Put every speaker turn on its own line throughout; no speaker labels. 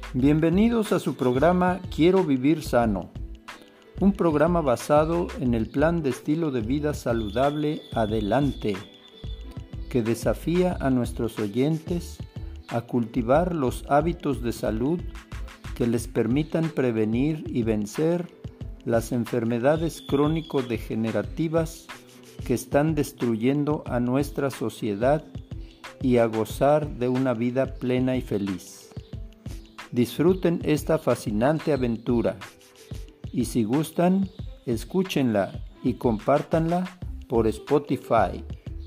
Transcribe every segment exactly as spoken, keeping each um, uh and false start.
Bienvenidos a su programa Quiero Vivir Sano, un programa basado en el plan de estilo de vida saludable Adelante, que desafía a nuestros oyentes a cultivar los hábitos de salud que les permitan prevenir y vencer las enfermedades crónico-degenerativas que están destruyendo a nuestra sociedad y a gozar de una vida plena y feliz. Disfruten esta fascinante aventura y si gustan, escúchenla y compártanla por Spotify.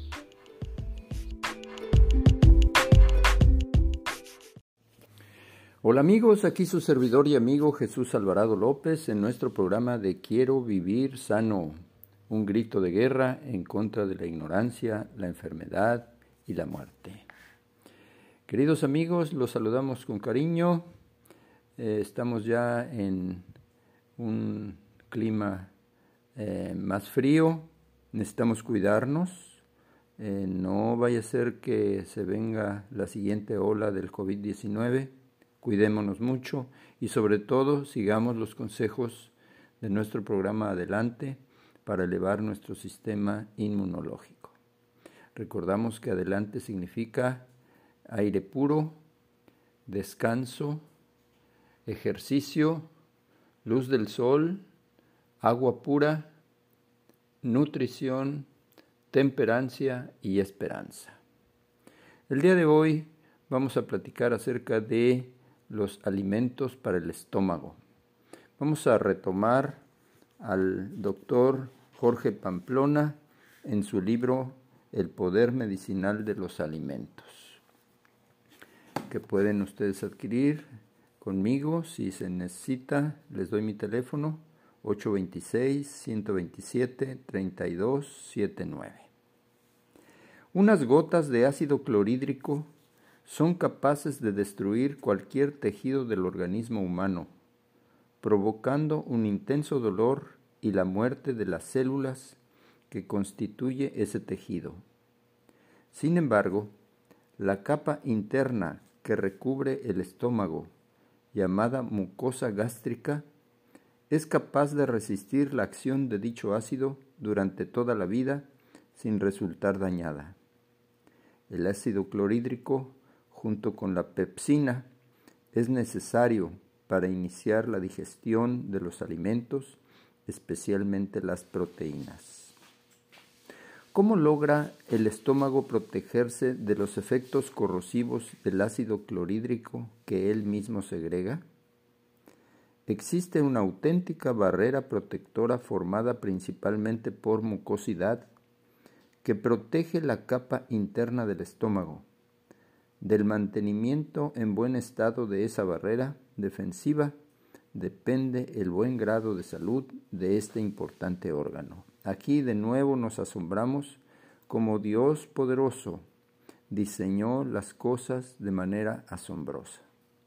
Hola amigos, aquí su servidor y amigo Jesús Alvarado López en nuestro programa de Quiero Vivir Sano, un grito de guerra en contra de la ignorancia, la enfermedad y la muerte. Queridos amigos, los saludamos con cariño. Eh, estamos ya en un clima eh, más frío, necesitamos cuidarnos. Eh, no vaya a ser que se venga la siguiente ola del covid diecinueve. Cuidémonos mucho y sobre todo sigamos los consejos de nuestro programa Adelante para elevar nuestro sistema inmunológico. Recordamos que Adelante significa aire puro, descanso, ejercicio, luz del sol, agua pura, nutrición, temperancia y esperanza. El día de hoy vamos a platicar acerca de los alimentos para el estómago. Vamos a retomar al doctor Jorge Pamplona en su libro El poder medicinal de los alimentos, que pueden ustedes adquirir conmigo. Si se necesita, les doy mi teléfono ocho dos seis, uno dos siete, tres dos siete nueve. Unas gotas de ácido clorhídrico son capaces de destruir cualquier tejido del organismo humano, provocando un intenso dolor y la muerte de las células que constituye ese tejido. Sin embargo, la capa interna que recubre el estómago, llamada mucosa gástrica, es capaz de resistir la acción de dicho ácido durante toda la vida sin resultar dañada. El ácido clorhídrico, junto con la pepsina, es necesario para iniciar la digestión de los alimentos, especialmente las proteínas. ¿Cómo logra el estómago protegerse de los efectos corrosivos del ácido clorhídrico que él mismo segrega? Existe una auténtica barrera protectora formada principalmente por mucosidad que protege la capa interna del estómago. Del mantenimiento en buen estado de esa barrera defensiva depende el buen grado de salud de este importante órgano. Aquí de nuevo nos asombramos como Dios poderoso diseñó las cosas de manera asombrosa.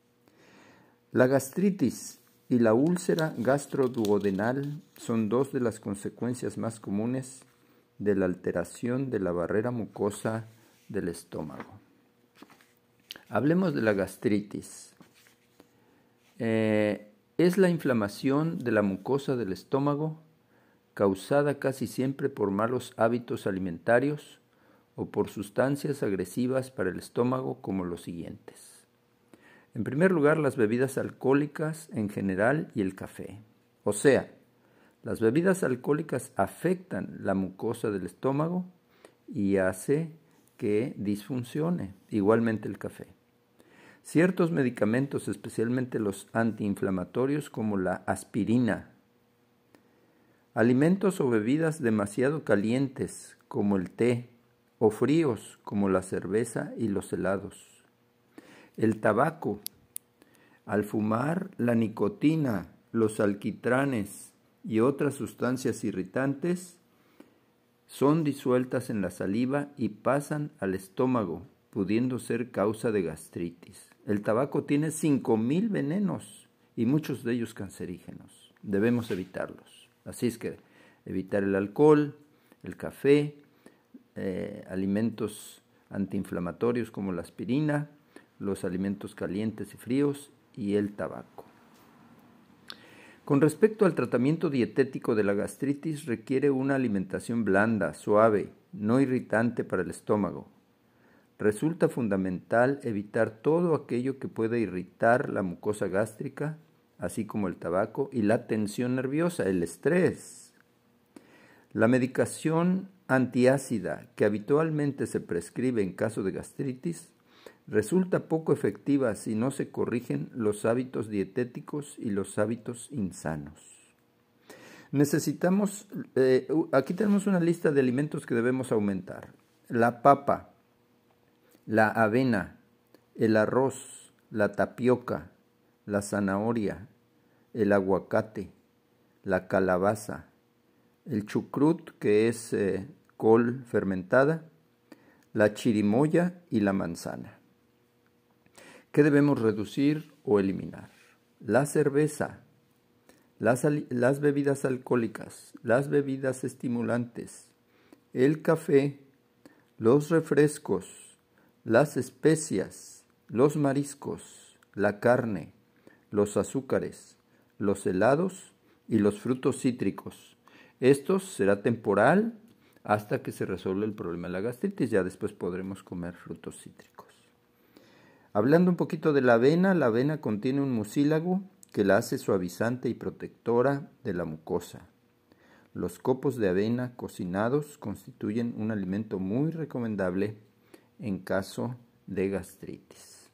La gastritis y la úlcera gastroduodenal son dos de las consecuencias más comunes de la alteración de la barrera mucosa del estómago. Hablemos de la gastritis. Eh, es la inflamación de la mucosa del estómago causada casi siempre por malos hábitos alimentarios o por sustancias agresivas para el estómago como los siguientes. En primer lugar, las bebidas alcohólicas en general y el café. O sea, las bebidas alcohólicas afectan la mucosa del estómago y hace que disfuncione, igualmente el café. Ciertos medicamentos, especialmente los antiinflamatorios como la aspirina. Alimentos o bebidas demasiado calientes como el té o fríos como la cerveza y los helados. El tabaco. Al fumar, la nicotina, los alquitranes y otras sustancias irritantes son disueltas en la saliva y pasan al estómago, pudiendo ser causa de gastritis. El tabaco tiene cinco mil venenos y muchos de ellos cancerígenos. Debemos evitarlos. Así es que evitar el alcohol, el café, eh, alimentos antiinflamatorios como la aspirina, los alimentos calientes y fríos y el tabaco. Con respecto al tratamiento dietético de la gastritis, requiere una alimentación blanda, suave, no irritante para el estómago. Resulta fundamental evitar todo aquello que pueda irritar la mucosa gástrica, así como el tabaco y la tensión nerviosa, el estrés. La medicación antiácida que habitualmente se prescribe en caso de gastritis resulta poco efectiva si no se corrigen los hábitos dietéticos y los hábitos insanos. Necesitamos, eh, aquí tenemos una lista de alimentos que debemos aumentar. La papa, la avena, el arroz, la tapioca, la zanahoria, el aguacate, la calabaza, el chucrut, que es eh, col fermentada, la chirimoya y la manzana. ¿Qué debemos reducir o eliminar? La cerveza, las, las bebidas alcohólicas, las bebidas estimulantes, el café, los refrescos, las especias, los mariscos, la carne, los azúcares, los helados y los frutos cítricos. Esto será temporal hasta que se resuelva el problema de la gastritis. Ya después podremos comer frutos cítricos. Hablando un poquito de la avena, la avena contiene un mucílago que la hace suavizante y protectora de la mucosa. Los copos de avena cocinados constituyen un alimento muy recomendable en caso de gastritis.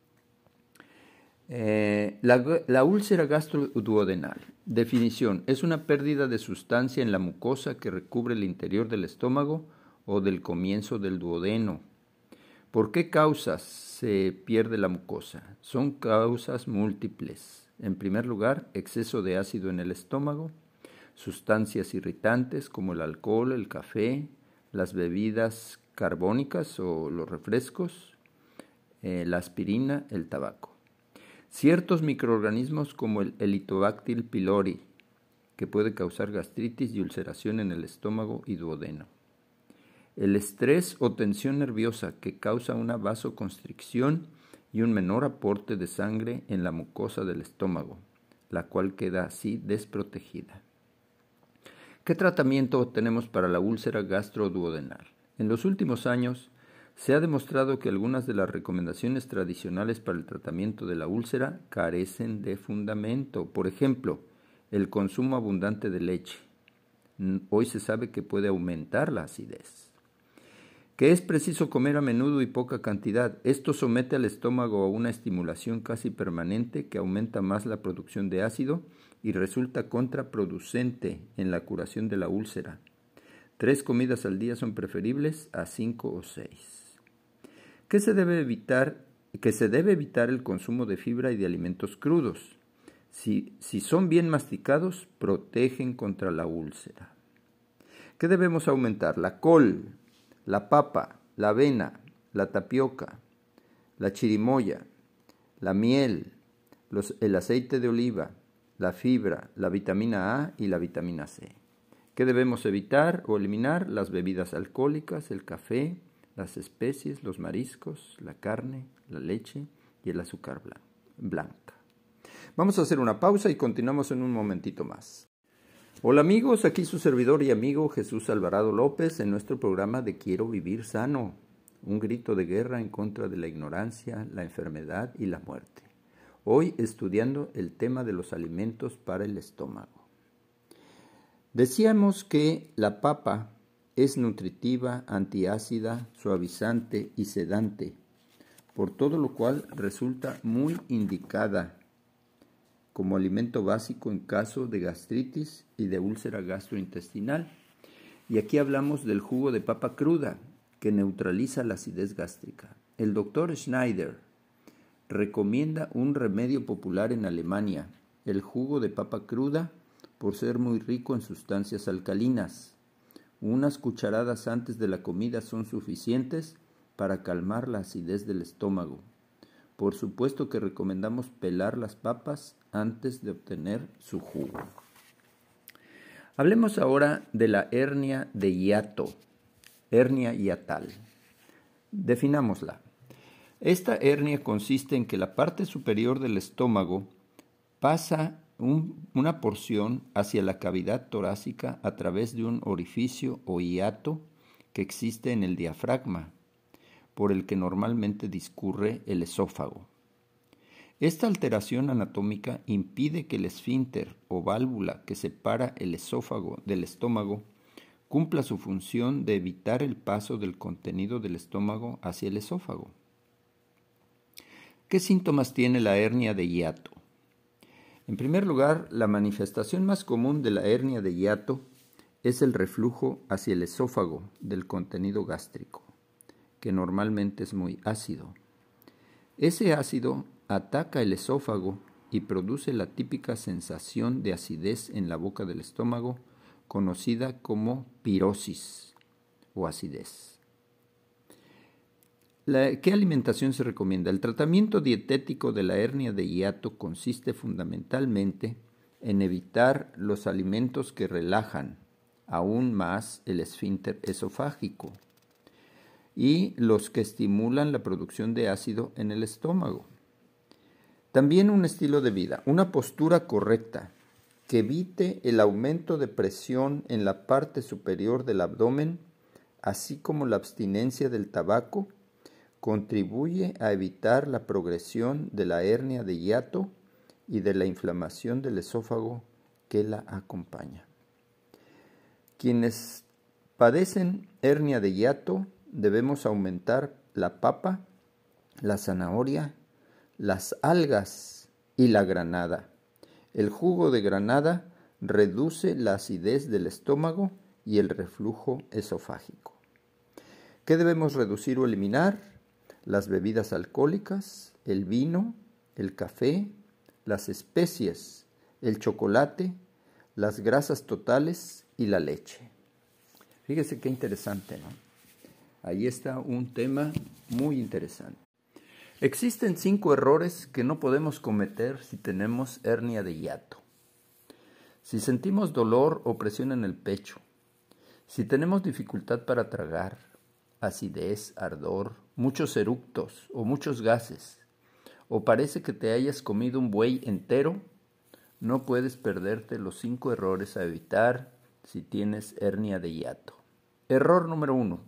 Eh, la, la úlcera gastroduodenal. Definición: es una pérdida de sustancia en la mucosa que recubre el interior del estómago o del comienzo del duodeno. ¿Por qué causas se pierde la mucosa? Son causas múltiples. En primer lugar, exceso de ácido en el estómago, sustancias irritantes como el alcohol, el café, las bebidas carbónicas o los refrescos, eh, la aspirina, el tabaco. Ciertos microorganismos como el Helicobacter pylori, que puede causar gastritis y ulceración en el estómago y duodeno. El estrés o tensión nerviosa, que causa una vasoconstricción y un menor aporte de sangre en la mucosa del estómago, la cual queda así desprotegida. ¿Qué tratamiento tenemos para la úlcera gastroduodenal? En los últimos años se ha demostrado que algunas de las recomendaciones tradicionales para el tratamiento de la úlcera carecen de fundamento. Por ejemplo, el consumo abundante de leche. Hoy se sabe que puede aumentar la acidez. Que es preciso comer a menudo y poca cantidad. Esto somete al estómago a una estimulación casi permanente que aumenta más la producción de ácido y resulta contraproducente en la curación de la úlcera. Tres comidas al día son preferibles a cinco o seis. ¿Qué se debe evitar? Que se debe evitar el consumo de fibra y de alimentos crudos. Si, si son bien masticados, protegen contra la úlcera. ¿Qué debemos aumentar? La col, la papa, la avena, la tapioca, la chirimoya, la miel, los, el aceite de oliva, la fibra, la vitamina A y la vitamina C. ¿Qué debemos evitar o eliminar? Las bebidas alcohólicas, el café, las especies, los mariscos, la carne, la leche y el azúcar blanca. Vamos a hacer una pausa y continuamos en un momentito más. Hola amigos, aquí su servidor y amigo Jesús Alvarado López en nuestro programa de Quiero Vivir Sano, un grito de guerra en contra de la ignorancia, la enfermedad y la muerte. Hoy estudiando el tema de los alimentos para el estómago. Decíamos que la papa es nutritiva, antiácida, suavizante y sedante, por todo lo cual resulta muy indicada como alimento básico en caso de gastritis y de úlcera gastrointestinal. Y aquí hablamos del jugo de papa cruda, que neutraliza la acidez gástrica. El doctor Schneider recomienda un remedio popular en Alemania, el jugo de papa cruda, por ser muy rico en sustancias alcalinas. Unas cucharadas antes de la comida son suficientes para calmar la acidez del estómago. Por supuesto que recomendamos pelar las papas antes de obtener su jugo. Hablemos ahora de la hernia de hiato, hernia hiatal. Definámosla. Esta hernia consiste en que la parte superior del estómago pasa un, una porción hacia la cavidad torácica a través de un orificio o hiato que existe en el diafragma, por el que normalmente discurre el esófago. Esta alteración anatómica impide que el esfínter o válvula que separa el esófago del estómago cumpla su función de evitar el paso del contenido del estómago hacia el esófago. ¿Qué síntomas tiene la hernia de hiato? En primer lugar, la manifestación más común de la hernia de hiato es el reflujo hacia el esófago del contenido gástrico, que normalmente es muy ácido. Ese ácido ataca el esófago y produce la típica sensación de acidez en la boca del estómago, conocida como pirosis o acidez. La, ¿Qué alimentación se recomienda? El tratamiento dietético de la hernia de hiato consiste fundamentalmente en evitar los alimentos que relajan aún más el esfínter esofágico y los que estimulan la producción de ácido en el estómago. También un estilo de vida, una postura correcta que evite el aumento de presión en la parte superior del abdomen, así como la abstinencia del tabaco, contribuye a evitar la progresión de la hernia de hiato y de la inflamación del esófago que la acompaña. Quienes padecen hernia de hiato debemos aumentar la papa, la zanahoria, las algas y la granada. El jugo de granada reduce la acidez del estómago y el reflujo esofágico. ¿Qué debemos reducir o eliminar? Las bebidas alcohólicas, el vino, el café, las especies, el chocolate, las grasas totales y la leche. Fíjese qué interesante, ¿no? Ahí está un tema muy interesante. Existen cinco errores que no podemos cometer si tenemos hernia de hiato. Si sentimos dolor o presión en el pecho, si tenemos dificultad para tragar, acidez, ardor, muchos eructos o muchos gases, o parece que te hayas comido un buey entero, no puedes perderte los cinco errores a evitar si tienes hernia de hiato. Error número uno.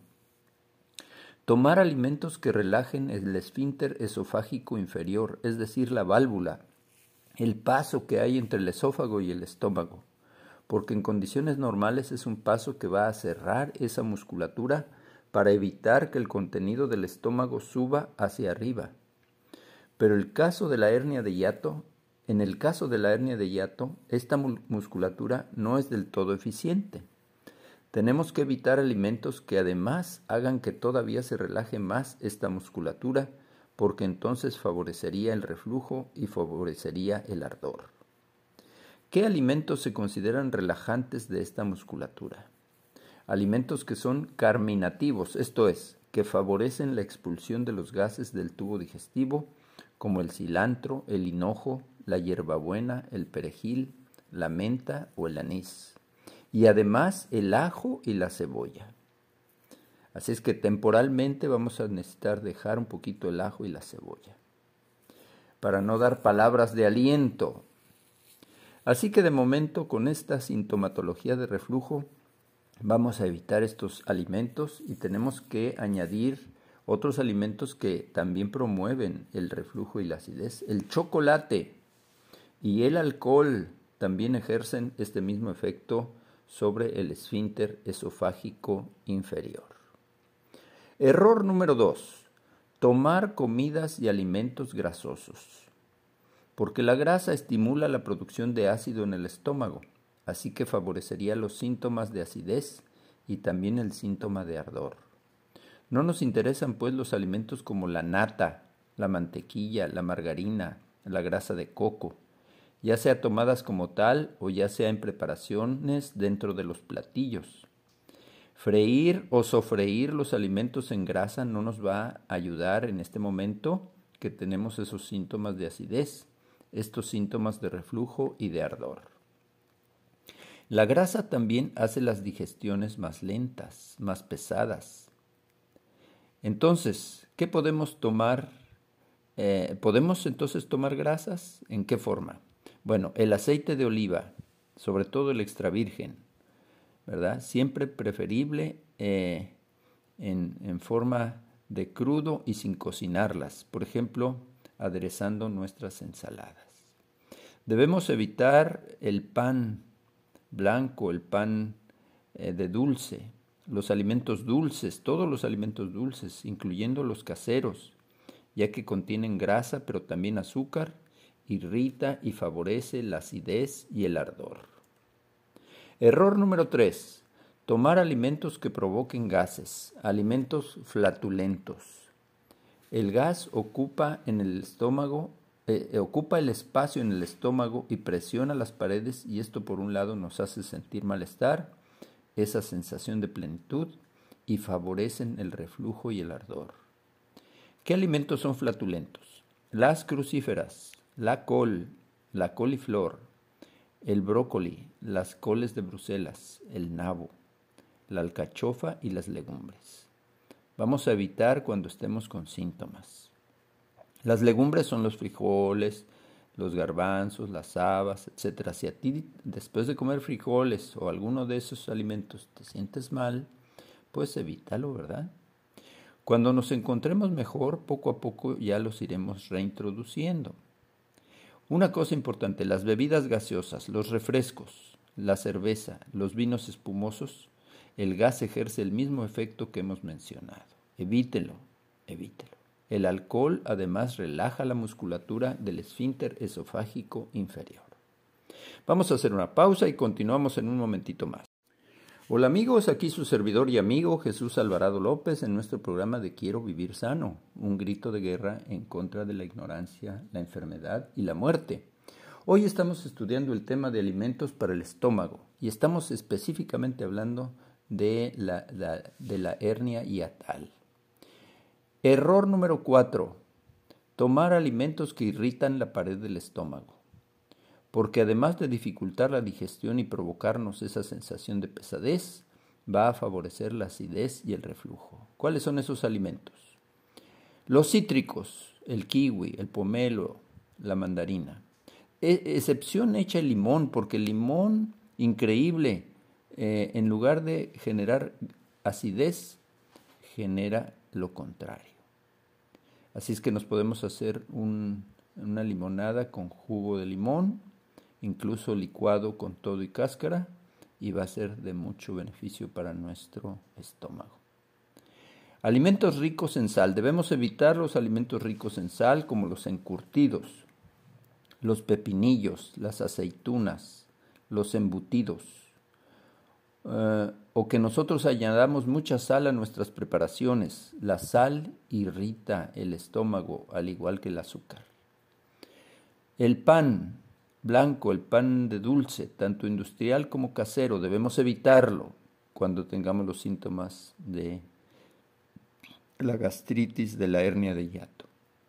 Tomar alimentos que relajen el esfínter esofágico inferior, es decir, la válvula, el paso que hay entre el esófago y el estómago, porque en condiciones normales es un paso que va a cerrar esa musculatura para evitar que el contenido del estómago suba hacia arriba. Pero el caso de la hernia de hiato, en el caso de la hernia de hiato, esta musculatura no es del todo eficiente. Tenemos que evitar alimentos que además hagan que todavía se relaje más esta musculatura, porque entonces favorecería el reflujo y favorecería el ardor. ¿Qué alimentos se consideran relajantes de esta musculatura? Alimentos que son carminativos, esto es, que favorecen la expulsión de los gases del tubo digestivo, como el cilantro, el hinojo, la hierbabuena, el perejil, la menta o el anís. Y además el ajo y la cebolla. Así es que temporalmente vamos a necesitar dejar un poquito el ajo y la cebolla, para no dar palabras de aliento. Así que de momento, con esta sintomatología de reflujo, vamos a evitar estos alimentos y tenemos que añadir otros alimentos que también promueven el reflujo y la acidez. El chocolate y el alcohol también ejercen este mismo efecto sobre el esfínter esofágico inferior. Error número dos. Tomar comidas y alimentos grasosos. Porque la grasa estimula la producción de ácido en el estómago, así que favorecería los síntomas de acidez y también el síntoma de ardor. No nos interesan pues los alimentos como la nata, la mantequilla, la margarina, la grasa de coco, ya sea tomadas como tal o ya sea en preparaciones dentro de los platillos. Freír o sofreír los alimentos en grasa no nos va a ayudar en este momento que tenemos esos síntomas de acidez, estos síntomas de reflujo y de ardor. La grasa también hace las digestiones más lentas, más pesadas. Entonces, ¿qué podemos tomar eh, ¿podemos entonces tomar grasas? ¿En qué forma? Bueno, el aceite de oliva, sobre todo el extra virgen, ¿verdad? Siempre preferible eh, en, en forma de crudo y sin cocinarlas, por ejemplo, aderezando nuestras ensaladas. Debemos evitar el pan blanco, el pan eh, de dulce, los alimentos dulces, todos los alimentos dulces, incluyendo los caseros, ya que contienen grasa, pero también azúcar, irrita y favorece la acidez y el ardor. Error número tres. Tomar alimentos que provoquen gases, alimentos flatulentos. El gas ocupa en el estómago, eh, ocupa el espacio en el estómago y presiona las paredes, y esto por un lado nos hace sentir malestar, esa sensación de plenitud, y favorecen el reflujo y el ardor. ¿Qué alimentos son flatulentos? Las crucíferas, la col, la coliflor, el brócoli, las coles de Bruselas, el nabo, la alcachofa y las legumbres. Vamos a evitar cuando estemos con síntomas. Las legumbres son los frijoles, los garbanzos, las habas, etcétera. Si a ti después de comer frijoles o alguno de esos alimentos te sientes mal, pues evítalo, ¿verdad? Cuando nos encontremos mejor, poco a poco ya los iremos reintroduciendo. Una cosa importante, las bebidas gaseosas, los refrescos, la cerveza, los vinos espumosos, el gas ejerce el mismo efecto que hemos mencionado. Evítelo, evítelo. El alcohol además relaja la musculatura del esfínter esofágico inferior. Vamos a hacer una pausa y continuamos en un momentito más. Hola amigos, aquí su servidor y amigo Jesús Alvarado López en nuestro programa de Quiero Vivir Sano, un grito de guerra en contra de la ignorancia, la enfermedad y la muerte. Hoy estamos estudiando el tema de alimentos para el estómago y estamos específicamente hablando de la, la, de la hernia hiatal. Error número cuatro. Tomar alimentos que irritan la pared del estómago, porque además de dificultar la digestión y provocarnos esa sensación de pesadez, va a favorecer la acidez y el reflujo. ¿Cuáles son esos alimentos? Los cítricos, el kiwi, el pomelo, la mandarina. E- excepción hecha el limón, porque el limón, increíble, eh, en lugar de generar acidez, genera lo contrario. Así es que nos podemos hacer un, una limonada con jugo de limón, incluso licuado con todo y cáscara, y va a ser de mucho beneficio para nuestro estómago. Alimentos ricos en sal. Debemos evitar los alimentos ricos en sal, como los encurtidos, los pepinillos, las aceitunas, los embutidos, uh, o que nosotros añadamos mucha sal a nuestras preparaciones. La sal irrita el estómago, al igual que el azúcar. El pan blanco, el pan de dulce, tanto industrial como casero, debemos evitarlo cuando tengamos los síntomas de la gastritis, de la hernia de hiato.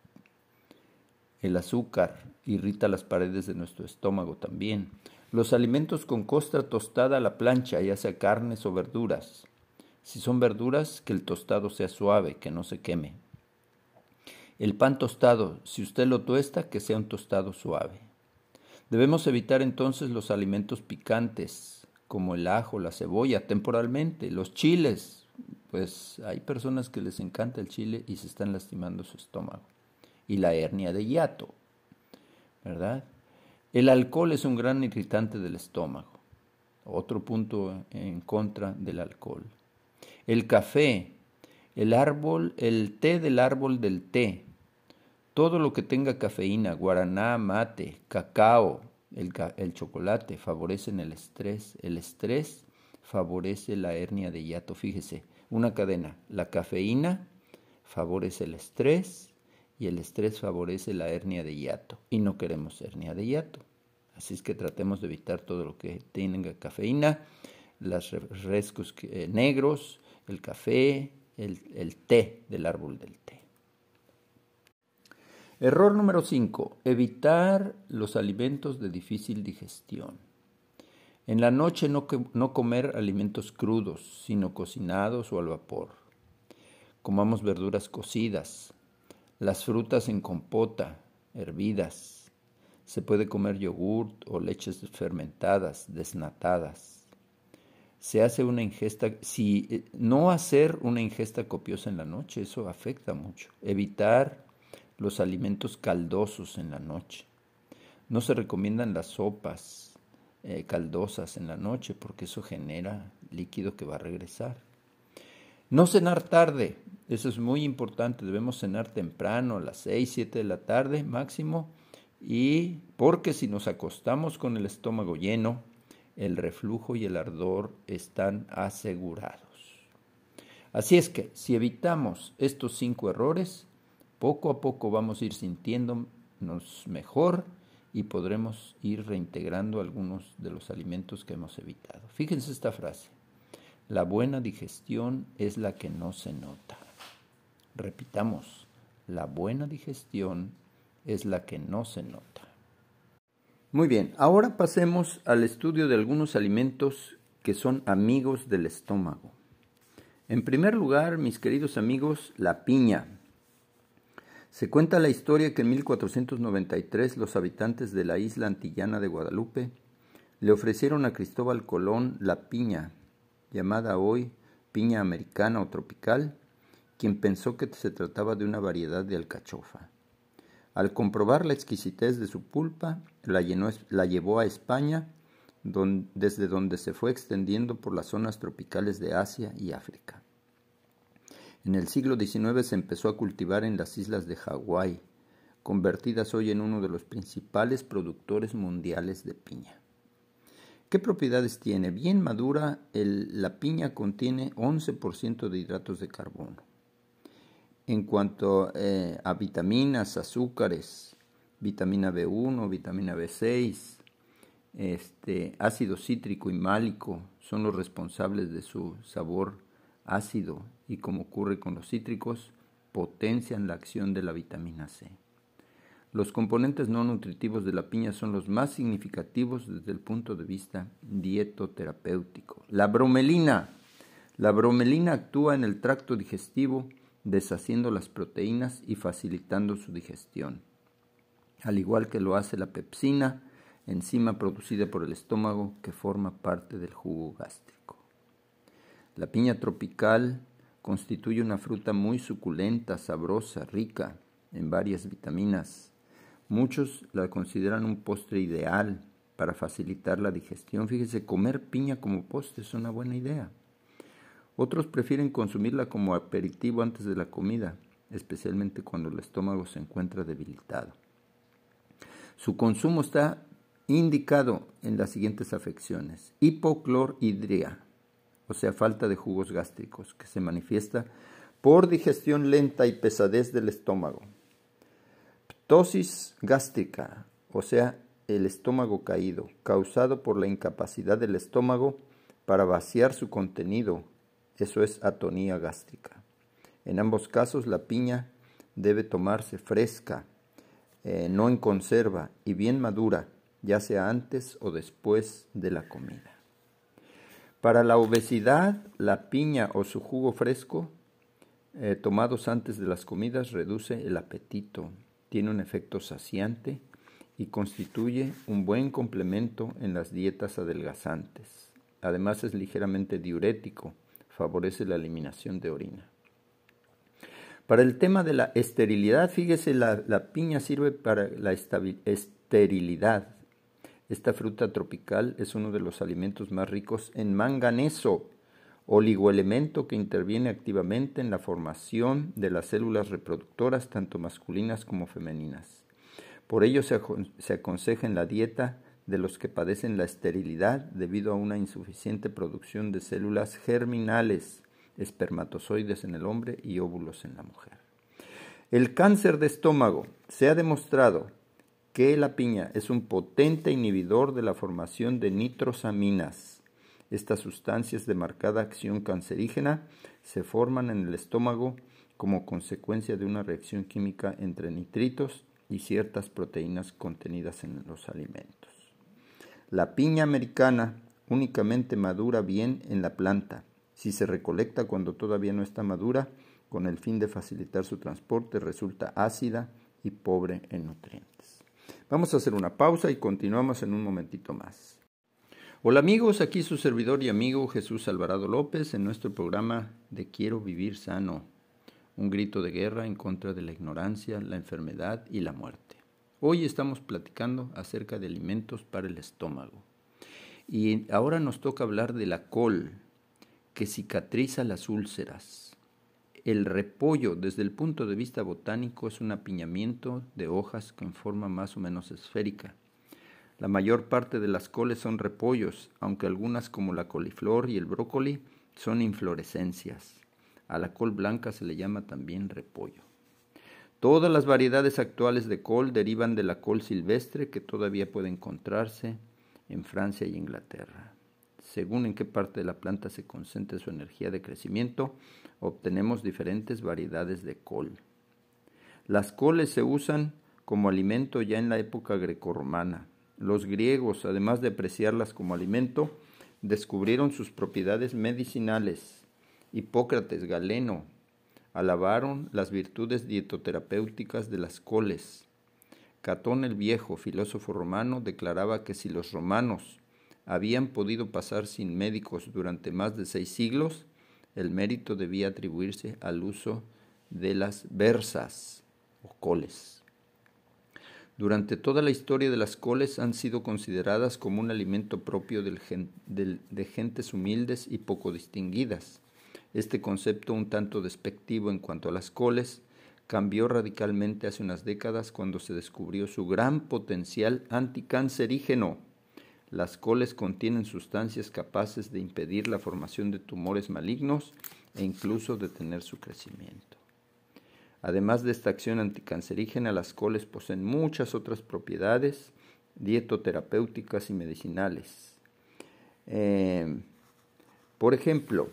El azúcar irrita las paredes de nuestro estómago también. Los alimentos con costra tostada a la plancha, ya sea carnes o verduras. Si son verduras, que el tostado sea suave, que no se queme. El pan tostado, si usted lo tuesta, que sea un tostado suave. Debemos evitar entonces los alimentos picantes, como el ajo, la cebolla, temporalmente. Los chiles, pues hay personas que les encanta el chile y se están lastimando su estómago. Y la hernia de hiato, ¿verdad? El alcohol es un gran irritante del estómago. Otro punto en contra del alcohol. El café, el árbol, el té del árbol del té. Todo lo que tenga cafeína, guaraná, mate, cacao, el, el chocolate, favorecen el estrés. El estrés favorece la hernia de hiato. Fíjese, una cadena. La cafeína favorece el estrés y el estrés favorece la hernia de hiato. Y no queremos hernia de hiato. Así es que tratemos de evitar todo lo que tenga cafeína, los refrescos eh, negros, el café, el, el té del árbol del té. Error número cinco. Evitar los alimentos de difícil digestión. En la noche no, no comer alimentos crudos, sino cocinados o al vapor. Comamos verduras cocidas. las frutas en compota, hervidas. Se puede comer yogurt o leches fermentadas, desnatadas. Se hace una ingesta, si no hacer una ingesta copiosa en la noche, eso afecta mucho. Evitar los alimentos caldosos en la noche. No se recomiendan las sopas eh, caldosas en la noche porque eso genera líquido que va a regresar. No cenar tarde, eso es muy importante, debemos cenar temprano, a las seis, siete de la tarde máximo, y porque si nos acostamos con el estómago lleno, el reflujo y el ardor están asegurados. Así es que si evitamos estos cinco errores, poco a poco vamos a ir sintiéndonos mejor y podremos ir reintegrando algunos de los alimentos que hemos evitado. Fíjense esta frase: la buena digestión es la que no se nota. Repitamos, la buena digestión es la que no se nota. Muy bien, ahora pasemos al estudio de algunos alimentos que son amigos del estómago. En primer lugar, mis queridos amigos, la piña. Se cuenta la historia que en mil cuatrocientos noventa y tres los habitantes de la isla antillana de Guadalupe le ofrecieron a Cristóbal Colón la piña, llamada hoy piña americana o tropical, quien pensó que se trataba de una variedad de alcachofa. Al comprobar la exquisitez de su pulpa, la, llenó, la llevó a España, don, desde donde se fue extendiendo por las zonas tropicales de Asia y África. En el siglo diecinueve se empezó a cultivar en las islas de Hawái, convertidas hoy en uno de los principales productores mundiales de piña. ¿Qué propiedades tiene? Bien madura, el, la piña contiene once por ciento de hidratos de carbono. En cuanto eh, a vitaminas, azúcares, vitamina B uno, vitamina B seis, este, ácido cítrico y málico son los responsables de su sabor ácido y, como ocurre con los cítricos, potencian la acción de la vitamina C. Los componentes no nutritivos de la piña son los más significativos desde el punto de vista dietoterapéutico. La bromelina. La bromelina actúa en el tracto digestivo, deshaciendo las proteínas y facilitando su digestión, al igual que lo hace la pepsina, enzima producida por el estómago que forma parte del jugo gástrico. La piña tropical constituye una fruta muy suculenta, sabrosa, rica en varias vitaminas. Muchos la consideran un postre ideal para facilitar la digestión. Fíjese, comer piña como postre es una buena idea. Otros prefieren consumirla como aperitivo antes de la comida, especialmente cuando el estómago se encuentra debilitado. Su consumo está indicado en las siguientes afecciones: hipocloridria, o sea, falta de jugos gástricos, que se manifiesta por digestión lenta y pesadez del estómago. Ptosis gástrica, o sea, el estómago caído, causado por la incapacidad del estómago para vaciar su contenido, eso es atonía gástrica. En ambos casos, la piña debe tomarse fresca, eh, no en conserva y bien madura, ya sea antes o después de la comida. Para la obesidad, la piña o su jugo fresco, eh, tomados antes de las comidas, reduce el apetito, tiene un efecto saciante y constituye un buen complemento en las dietas adelgazantes. Además, es ligeramente diurético, favorece la eliminación de orina. Para el tema de la esterilidad, fíjese, la, la piña sirve para la esterilidad. Esta fruta tropical es uno de los alimentos más ricos en manganeso, oligoelemento que interviene activamente en la formación de las células reproductoras, tanto masculinas como femeninas. Por ello se, se aconseja en la dieta de los que padecen la esterilidad debido a una insuficiente producción de células germinales, espermatozoides en el hombre y óvulos en la mujer. El cáncer de estómago. Se ha demostrado que la piña es un potente inhibidor de la formación de nitrosaminas. Estas sustancias de marcada acción cancerígena se forman en el estómago como consecuencia de una reacción química entre nitritos y ciertas proteínas contenidas en los alimentos. La piña americana únicamente madura bien en la planta. Si se recolecta cuando todavía no está madura, con el fin de facilitar su transporte, resulta ácida y pobre en nutrientes. Vamos a hacer una pausa y continuamos en un momentito más. Hola amigos, aquí su servidor y amigo Jesús Alvarado López en nuestro programa de Quiero Vivir Sano, un grito de guerra en contra de la ignorancia, la enfermedad y la muerte. Hoy estamos platicando acerca de alimentos para el estómago. Y ahora nos toca hablar de la col, que cicatriza las úlceras. El repollo, desde el punto de vista botánico, es un apiñamiento de hojas con forma más o menos esférica. La mayor parte de las coles son repollos, aunque algunas como la coliflor y el brócoli son inflorescencias. A la col blanca se le llama también repollo. Todas las variedades actuales de col derivan de la col silvestre que todavía puede encontrarse en Francia y Inglaterra. Según en qué parte de la planta se concentre su energía de crecimiento, obtenemos diferentes variedades de col. Las coles se usan como alimento ya en la época grecorromana. Los griegos, además de apreciarlas como alimento, descubrieron sus propiedades medicinales. Hipócrates, Galeno, alabaron las virtudes dietoterapéuticas de las coles. Catón el Viejo, filósofo romano, declaraba que si los romanos habían podido pasar sin médicos durante más de seis siglos, el mérito debía atribuirse al uso de las berzas o coles. Durante toda la historia de las coles han sido consideradas como un alimento propio del gen, del, de gentes humildes y poco distinguidas. Este concepto, un tanto despectivo en cuanto a las coles, cambió radicalmente hace unas décadas cuando se descubrió su gran potencial anticancerígeno. Las coles contienen sustancias capaces de impedir la formación de tumores malignos e incluso detener su crecimiento. Además de esta acción anticancerígena, las coles poseen muchas otras propiedades dietoterapéuticas y medicinales. Eh, por ejemplo,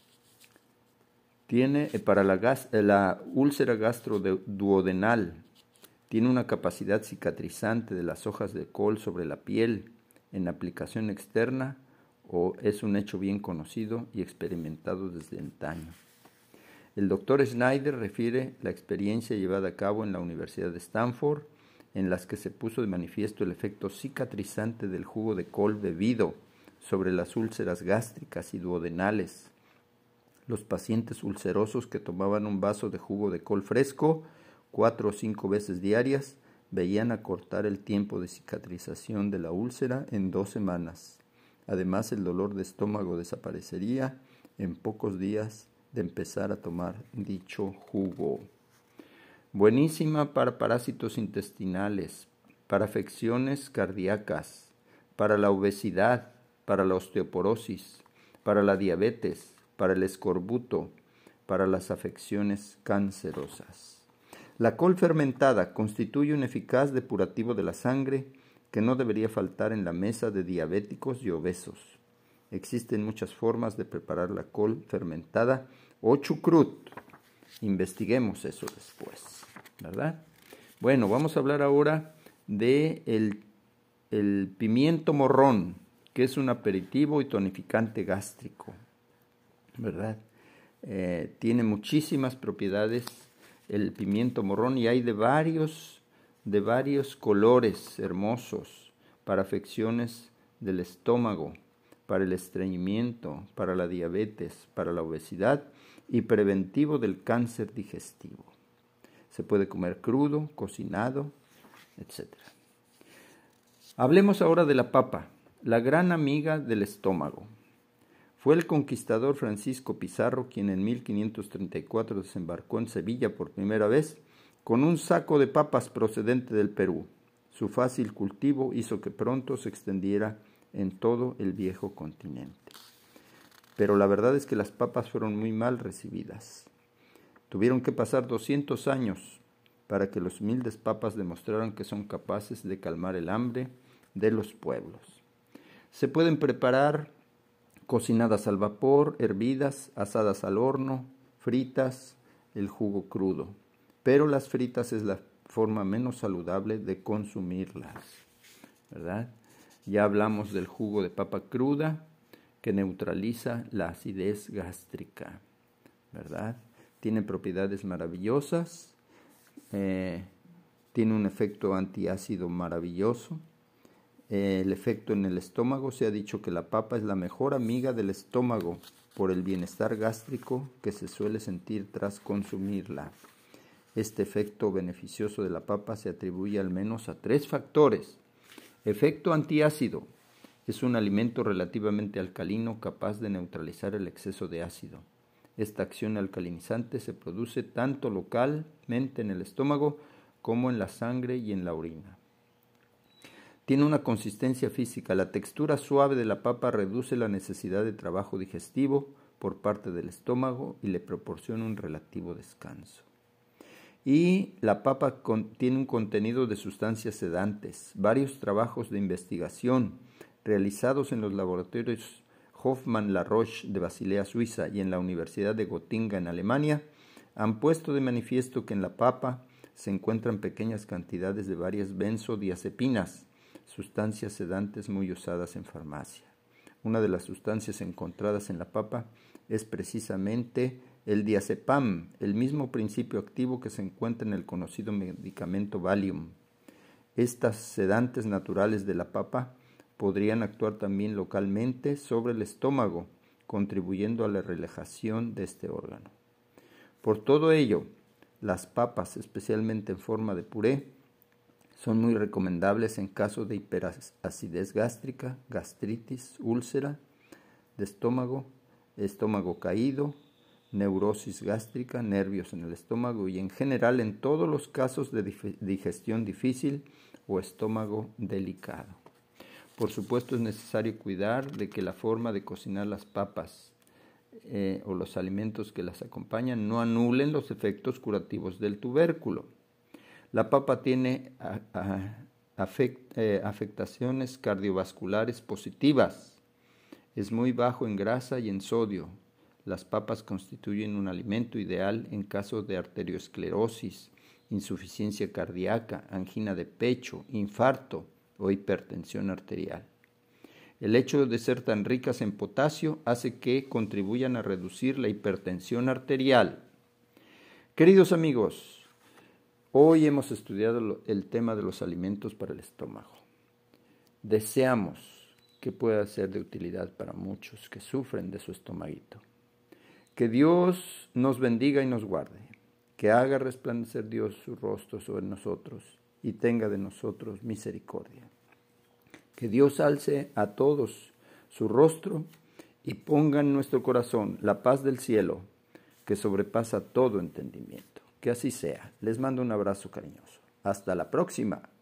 tiene para la, gas, la úlcera gastroduodenal, tiene una capacidad cicatrizante de las hojas de col sobre la piel en aplicación externa, o es un hecho bien conocido y experimentado desde antaño. El doctor Schneider refiere la experiencia llevada a cabo en la Universidad de Stanford, en las que se puso de manifiesto el efecto cicatrizante del jugo de col bebido sobre las úlceras gástricas y duodenales. Los pacientes ulcerosos que tomaban un vaso de jugo de col fresco cuatro o cinco veces diarias veían acortar el tiempo de cicatrización de la úlcera en dos semanas. Además, el dolor de estómago desaparecería en pocos días de empezar a tomar dicho jugo. Buenísima para parásitos intestinales, para afecciones cardíacas, para la obesidad, para la osteoporosis, para la diabetes, para el escorbuto, para las afecciones cancerosas. La col fermentada constituye un eficaz depurativo de la sangre que no debería faltar en la mesa de diabéticos y obesos. Existen muchas formas de preparar la col fermentada o chucrut. Investiguemos eso después, ¿verdad? Bueno, vamos a hablar ahora de el, el pimiento morrón, que es un aperitivo y tonificante gástrico, ¿verdad? Eh, tiene muchísimas propiedades el pimiento morrón y hay de varios, de varios colores hermosos para afecciones del estómago, para el estreñimiento, para la diabetes, para la obesidad y preventivo del cáncer digestivo. Se puede comer crudo, cocinado, etcétera. Hablemos ahora de la papa, la gran amiga del estómago. Fue el conquistador Francisco Pizarro quien en mil quinientos treinta y cuatro desembarcó en Sevilla por primera vez con un saco de papas procedente del Perú. Su fácil cultivo hizo que pronto se extendiera en todo el viejo continente. Pero la verdad es que las papas fueron muy mal recibidas. Tuvieron que pasar doscientos años para que los humildes papas demostraran que son capaces de calmar el hambre de los pueblos. Se pueden preparar cocinadas al vapor, hervidas, asadas al horno, fritas, el jugo crudo. Pero las fritas es la forma menos saludable de consumirlas, ¿verdad? Ya hablamos del jugo de papa cruda que neutraliza la acidez gástrica, ¿verdad? tiene propiedades maravillosas, eh, tiene un efecto antiácido maravilloso. Eh, el efecto en el estómago, se ha dicho que la papa es la mejor amiga del estómago por el bienestar gástrico que se suele sentir tras consumirla. Este efecto beneficioso de la papa se atribuye al menos a tres factores. Efecto antiácido. Es un alimento relativamente alcalino capaz de neutralizar el exceso de ácido. Esta acción alcalinizante se produce tanto localmente en el estómago como en la sangre y en la orina. Tiene una consistencia física. La textura suave de la papa reduce la necesidad de trabajo digestivo por parte del estómago y le proporciona un relativo descanso. Y la papa tiene un contenido de sustancias sedantes. Varios trabajos de investigación realizados en los laboratorios Hoffmann-La Roche de Basilea, Suiza, y en la Universidad de Gotinga, en Alemania, han puesto de manifiesto que en la papa se encuentran pequeñas cantidades de varias benzodiazepinas, sustancias sedantes muy usadas en farmacia. Una de las sustancias encontradas en la papa es precisamente el diazepam, el mismo principio activo que se encuentra en el conocido medicamento Valium. Estas sedantes naturales de la papa podrían actuar también localmente sobre el estómago, contribuyendo a la relajación de este órgano. Por todo ello, las papas, especialmente en forma de puré, son muy recomendables en caso de hiperacidez gástrica, gastritis, úlcera de estómago, estómago caído, neurosis gástrica, nervios en el estómago y en general en todos los casos de digestión difícil o estómago delicado. Por supuesto, es necesario cuidar de que la forma de cocinar las papas eh, o los alimentos que las acompañan no anulen los efectos curativos del tubérculo. La papa tiene a, a, afect, eh, afectaciones cardiovasculares positivas. Es muy bajo en grasa y en sodio. Las papas constituyen un alimento ideal en caso de arteriosclerosis, insuficiencia cardíaca, angina de pecho, infarto o hipertensión arterial. El hecho de ser tan ricas en potasio hace que contribuyan a reducir la hipertensión arterial. Queridos amigos, hoy hemos estudiado el tema de los alimentos para el estómago. Deseamos que pueda ser de utilidad para muchos que sufren de su estomaguito. Que Dios nos bendiga y nos guarde, que haga resplandecer Dios su rostro sobre nosotros y tenga de nosotros misericordia. Que Dios alce a todos su rostro y ponga en nuestro corazón la paz del cielo que sobrepasa todo entendimiento. Que así sea. Les mando un abrazo cariñoso. Hasta la próxima.